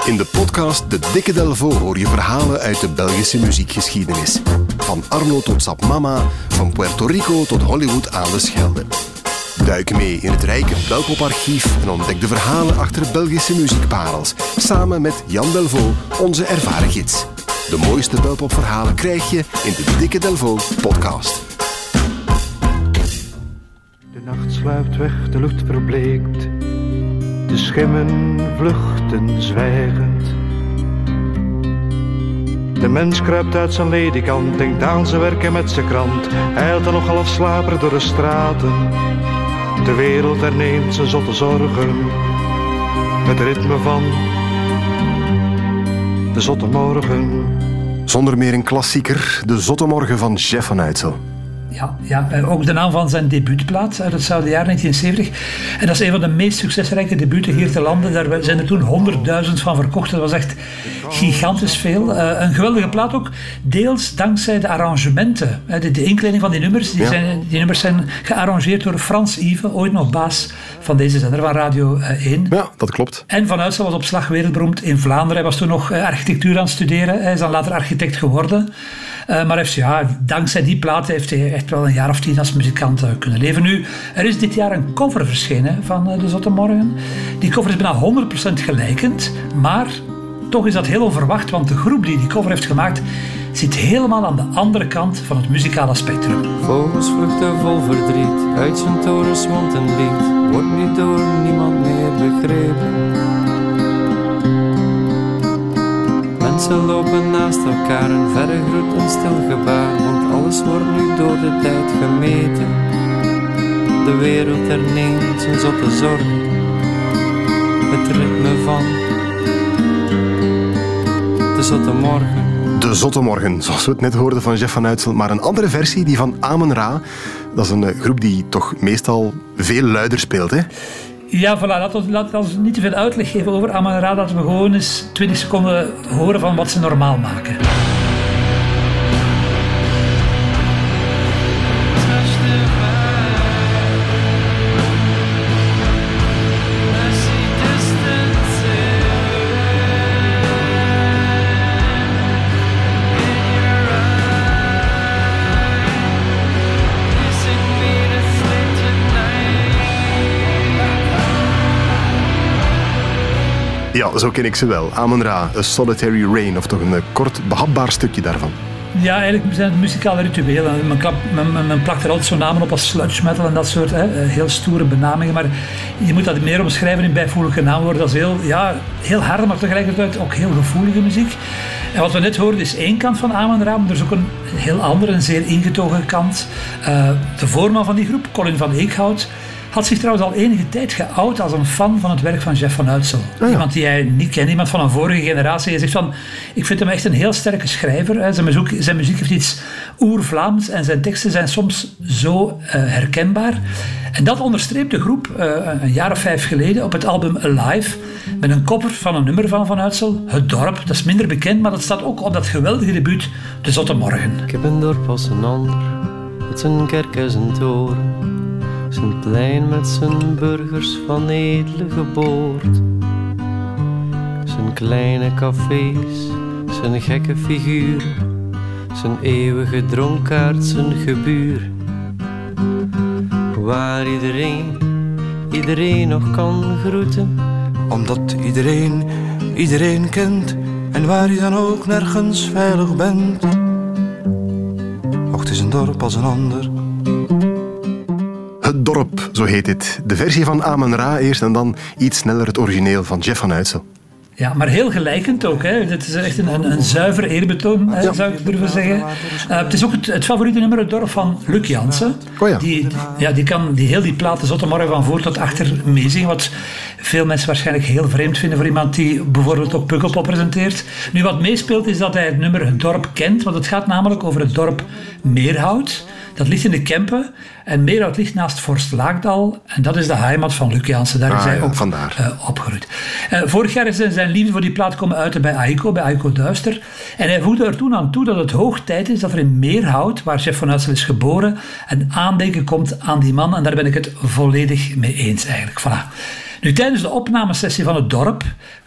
In de podcast De Dikke Delvaux hoor je verhalen uit de Belgische muziekgeschiedenis. Van Arno tot Sap Mama, van Puerto Rico tot Hollywood aan de Schelde. Duik mee in het rijke Belpoparchief en ontdek de verhalen achter Belgische muziekparels. Samen met Jan Delvaux, onze ervaren gids. De mooiste Belpopverhalen krijg je in de Dikke Delvaux podcast. De nacht sluipt weg, de lucht verbleekt. De schimmen vluchten zwijgend. De mens kruipt uit zijn ledikant, denkt aan zijn werken met zijn krant. Eilt er nog half slaperig door de straten. De wereld herneemt zijn zotte zorgen. Het ritme van de zotte morgen. Zonder meer een klassieker, De Zotte Morgen van Jeff van Uytsel. Ja, ook de naam van zijn debuutplaat uit het zouden jaar 1970. En dat is een van de meest succesrijke debuten hier te landen. Daar zijn er toen 100.000 van verkocht. Dat was echt gigantisch veel. Een geweldige plaat ook, deels dankzij de arrangementen. De inkleding van die nummers. Die nummers zijn gearrangeerd door Frans Yves, ooit nog baas van deze zender van Radio 1. Ja, dat klopt. En Van Uytsel was op slag wereldberoemd in Vlaanderen. Hij was toen nog architectuur aan het studeren. Hij is dan later architect geworden. Maar heeft, dankzij die plaat heeft hij echt wel een jaar of 10 als muzikant kunnen leven. Nu, er is dit jaar een cover verschenen van De Zotte Morgen. Die cover is bijna 100% gelijkend, maar toch is dat heel onverwacht, want de groep die cover heeft gemaakt zit helemaal aan de andere kant van het muzikale spectrum. Vogels vluchten vol verdriet, uit zijn torens mondt een lied, wordt niet door niemand meer begrepen. Mensen lopen naast elkaar, een verre groet, een stil gebaar, want alles wordt nu door de tijd gemeten. De wereld herneemt zijn zotte zorgen, het ritme van de zotte morgen. De Zotte Morgen, zoals we het net hoorden van Jeff van Uytsel, maar een andere versie, die van Amen Ra. Dat is een groep die toch meestal veel luider speelt, hè? Ja, voilà. Laten we niet te veel uitleg geven over Amen Ra, dat we gewoon eens 20 seconden horen van wat ze normaal maken. Ja, zo ken ik ze wel. Amen Ra, A Solitary Rain, of toch een kort behapbaar stukje daarvan. Ja, eigenlijk zijn het muzikale rituelen. Men plakt er altijd zo'n namen op als sludge metal en dat soort heel stoere benamingen. Maar je moet dat meer omschrijven in bijvoeglijke naamwoorden. Dat is heel harde, maar tegelijkertijd ook heel gevoelige muziek. En wat we net hoorden is één kant van Amen Ra, maar er is ook een heel andere, een zeer ingetogen kant. De voorman van die groep, Colin van Eekhout, had zich trouwens al enige tijd geout als een fan van het werk van Jeff van Uytsel. Ja. Iemand die hij niet kent, iemand van een vorige generatie. Hij zegt van, ik vind hem echt een heel sterke schrijver. Zijn muziek heeft iets oer-Vlaams en zijn teksten zijn soms zo herkenbaar. En dat onderstreept de groep een jaar of 5 geleden op het album Alive met een cover van een nummer van Uytsel, Het Dorp. Dat is minder bekend, maar dat staat ook op dat geweldige debuut De Zotte Morgen. Ik heb een dorp als een ander, met zijn kerk en zijn toren. Zijn plein met zijn burgers van edele geboorte. Zijn kleine cafés, zijn gekke figuren. Zijn eeuwige dronkaard, zijn gebuur. Waar iedereen nog kan groeten. Omdat iedereen kent. En waar je dan ook nergens veilig bent. Och, het is een dorp als een ander. Het Dorp, zo heet dit. De versie van Amen Ra eerst en dan iets sneller het origineel van Jeff van Uytsel. Ja, maar heel gelijkend ook. Hè. Dit is echt een zuiver eerbetoon, zou ik durven zeggen. Het is ook het favoriete nummer, Het Dorp, van Luc Jansen. Oh ja. Die kan heel die plaat De Zotte Morgen van voor tot achter meezingen. Wat veel mensen waarschijnlijk heel vreemd vinden voor iemand die bijvoorbeeld ook Pukkelpop presenteert. Nu, wat meespeelt is dat hij het nummer Het Dorp kent. Want het gaat namelijk over het dorp Meerhout. Dat ligt in de Kempen. En Meerhout ligt naast Forst Laakdal. En dat is de heimat van Luc Jansen. Daar is hij ook opgegroeid. Vorig jaar is zijn liefde voor die plaat komen uiten bij Aiko Duister. En hij voegde er toen aan toe dat het hoog tijd is dat er in Meerhout, waar Jeff van Uytsel is geboren, een aandenken komt aan die man. En daar ben ik het volledig mee eens eigenlijk. Voilà. Nu, tijdens de opnamesessie van Het Dorp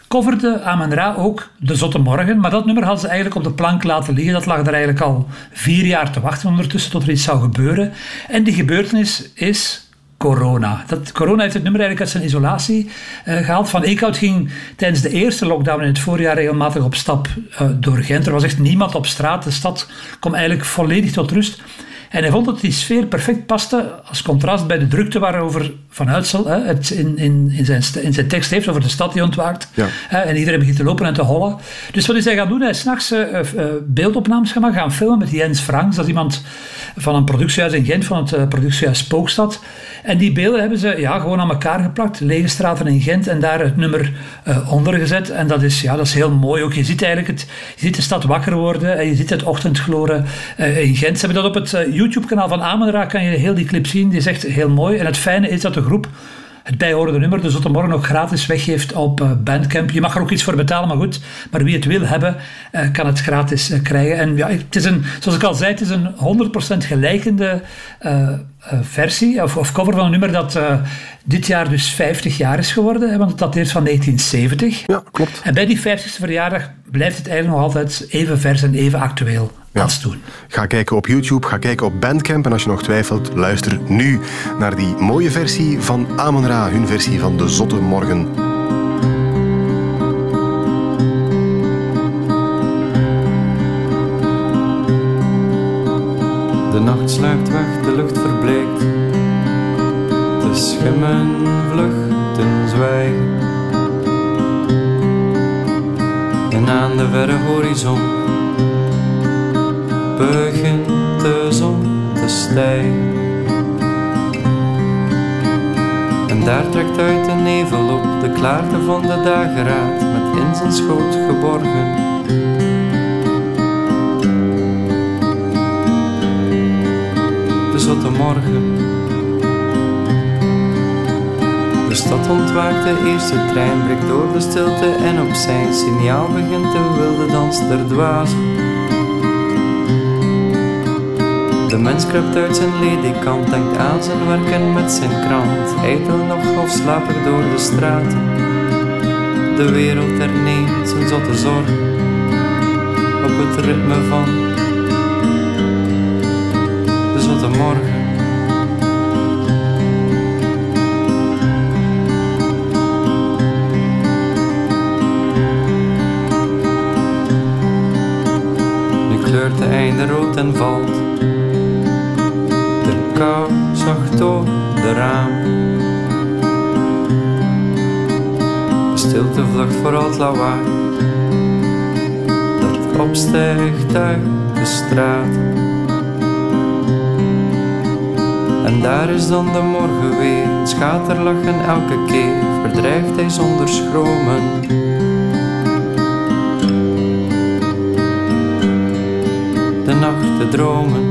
coverde Amen-Ra ook De Zotte Morgen, maar dat nummer hadden ze eigenlijk op de plank laten liggen. Dat lag er eigenlijk al 4 jaar te wachten ondertussen tot er iets zou gebeuren. En die gebeurtenis is corona. Corona heeft het nummer eigenlijk uit zijn isolatie gehaald. Van Eekhout ging tijdens de eerste lockdown in het voorjaar regelmatig op stap door Gent. Er was echt niemand op straat. De stad kwam eigenlijk volledig tot rust. En hij vond dat die sfeer perfect paste als contrast bij de drukte waarover Van Uitsel het in zijn tekst heeft over de stad die ontwaakt. Ja. En iedereen begint te lopen en te hollen. Dus wat is hij gaan doen? Hij is 's nachts beeldopnames gaan filmen met Jens Franks. Dat is iemand van een productiehuis in Gent, van het productiehuis Spookstad. En die beelden hebben ze gewoon aan elkaar geplakt. Lege straten in Gent en daar het nummer onder gezet. En dat is heel mooi ook. Je ziet eigenlijk je ziet de stad wakker worden en je ziet het ochtendgloren in Gent. Ze hebben dat op het YouTube-kanaal van Amen-Ra, kan je heel die clip zien. Die is echt heel mooi. En het fijne is dat de groep het bijhorende nummer De Zotte Morgen ook gratis weggeeft op Bandcamp. Je mag er ook iets voor betalen, maar goed. Maar wie het wil hebben, kan het gratis krijgen. En ja, het is zoals ik al zei, het is een 100% gelijkende versie of cover van een nummer dat dit jaar dus 50 jaar is geworden. Want het dateert van 1970. Ja, klopt. En bij die 50ste verjaardag blijft het eigenlijk nog altijd even vers en even actueel. Ja. Ga kijken op YouTube, ga kijken op Bandcamp en als je nog twijfelt, luister nu naar die mooie versie van Amen-Ra, hun versie van De Zotte Morgen. De nacht sluipt weg, de lucht verbleekt, de schimmen vluchten zwijgen. En aan de verre horizon begint de zon te stijgen. En daar trekt uit de nevel op de klaarte van de dageraad, met in zijn schoot geborgen de zotte morgen. De stad ontwaakt, de eerste trein breekt door de stilte en op zijn signaal begint de wilde dans der dwazen. De mens kruipt uit zijn ledikant, denkt aan zijn werken met zijn krant, ijdel nog half slaperig door de straten. De wereld herneemt zijn zotte zorg op het ritme van de zotte morgen. Nu kleurt de einde rood en valt de kou zacht door de raam. De stilte vlucht voor al het lawaai dat opstijgt uit de straat. En daar is dan de morgen weer, een schaterlachen elke keer, verdrijft hij zonder schromen. De nacht, de dromen.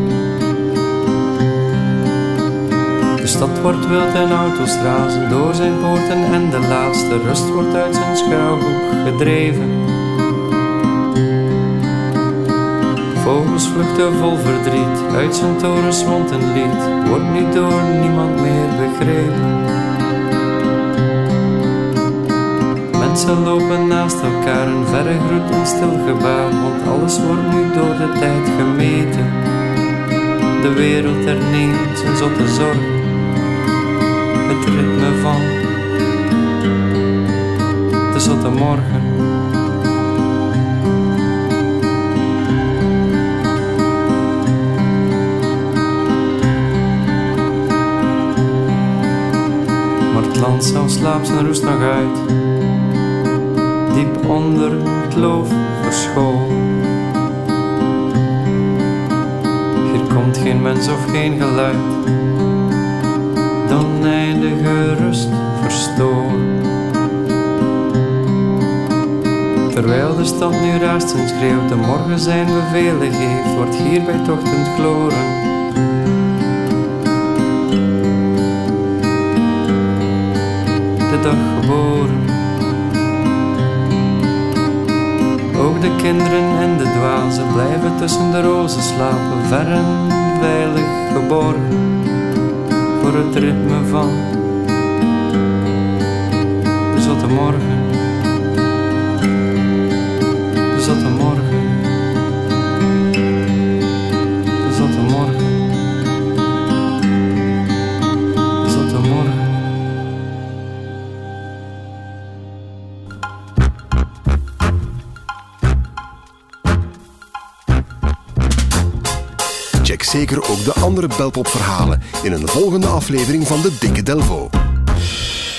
De stad wordt wild en auto's razen door zijn poorten en de laatste rust wordt uit zijn schuilhoek gedreven. Vogels vluchten vol verdriet, uit zijn torens mondt een lied, wordt niet door niemand meer begrepen. Mensen lopen naast elkaar, een verre groet, een stil gebaar, want alles wordt nu door de tijd gemeten. De wereld herneemt zijn zotte zorg, het ritme van de zotte morgen. Maar het land zelf slaapt zijn rust nog uit, diep onder het loof verscholen. Hier komt geen mens of geen geluid, de oneindige rust verstoren. Terwijl de stad nu raast en schreeuwt, de morgen zijn bevelen geeft, wordt hier bij het ochtendgloren de dag geboren. Ook de kinderen en de dwazen blijven tussen de rozen slapen, ver en veilig geborgen voor het ritme van de zotte morgen. Check zeker ook de andere belpopverhalen in een volgende aflevering van de Dikke Delvaux.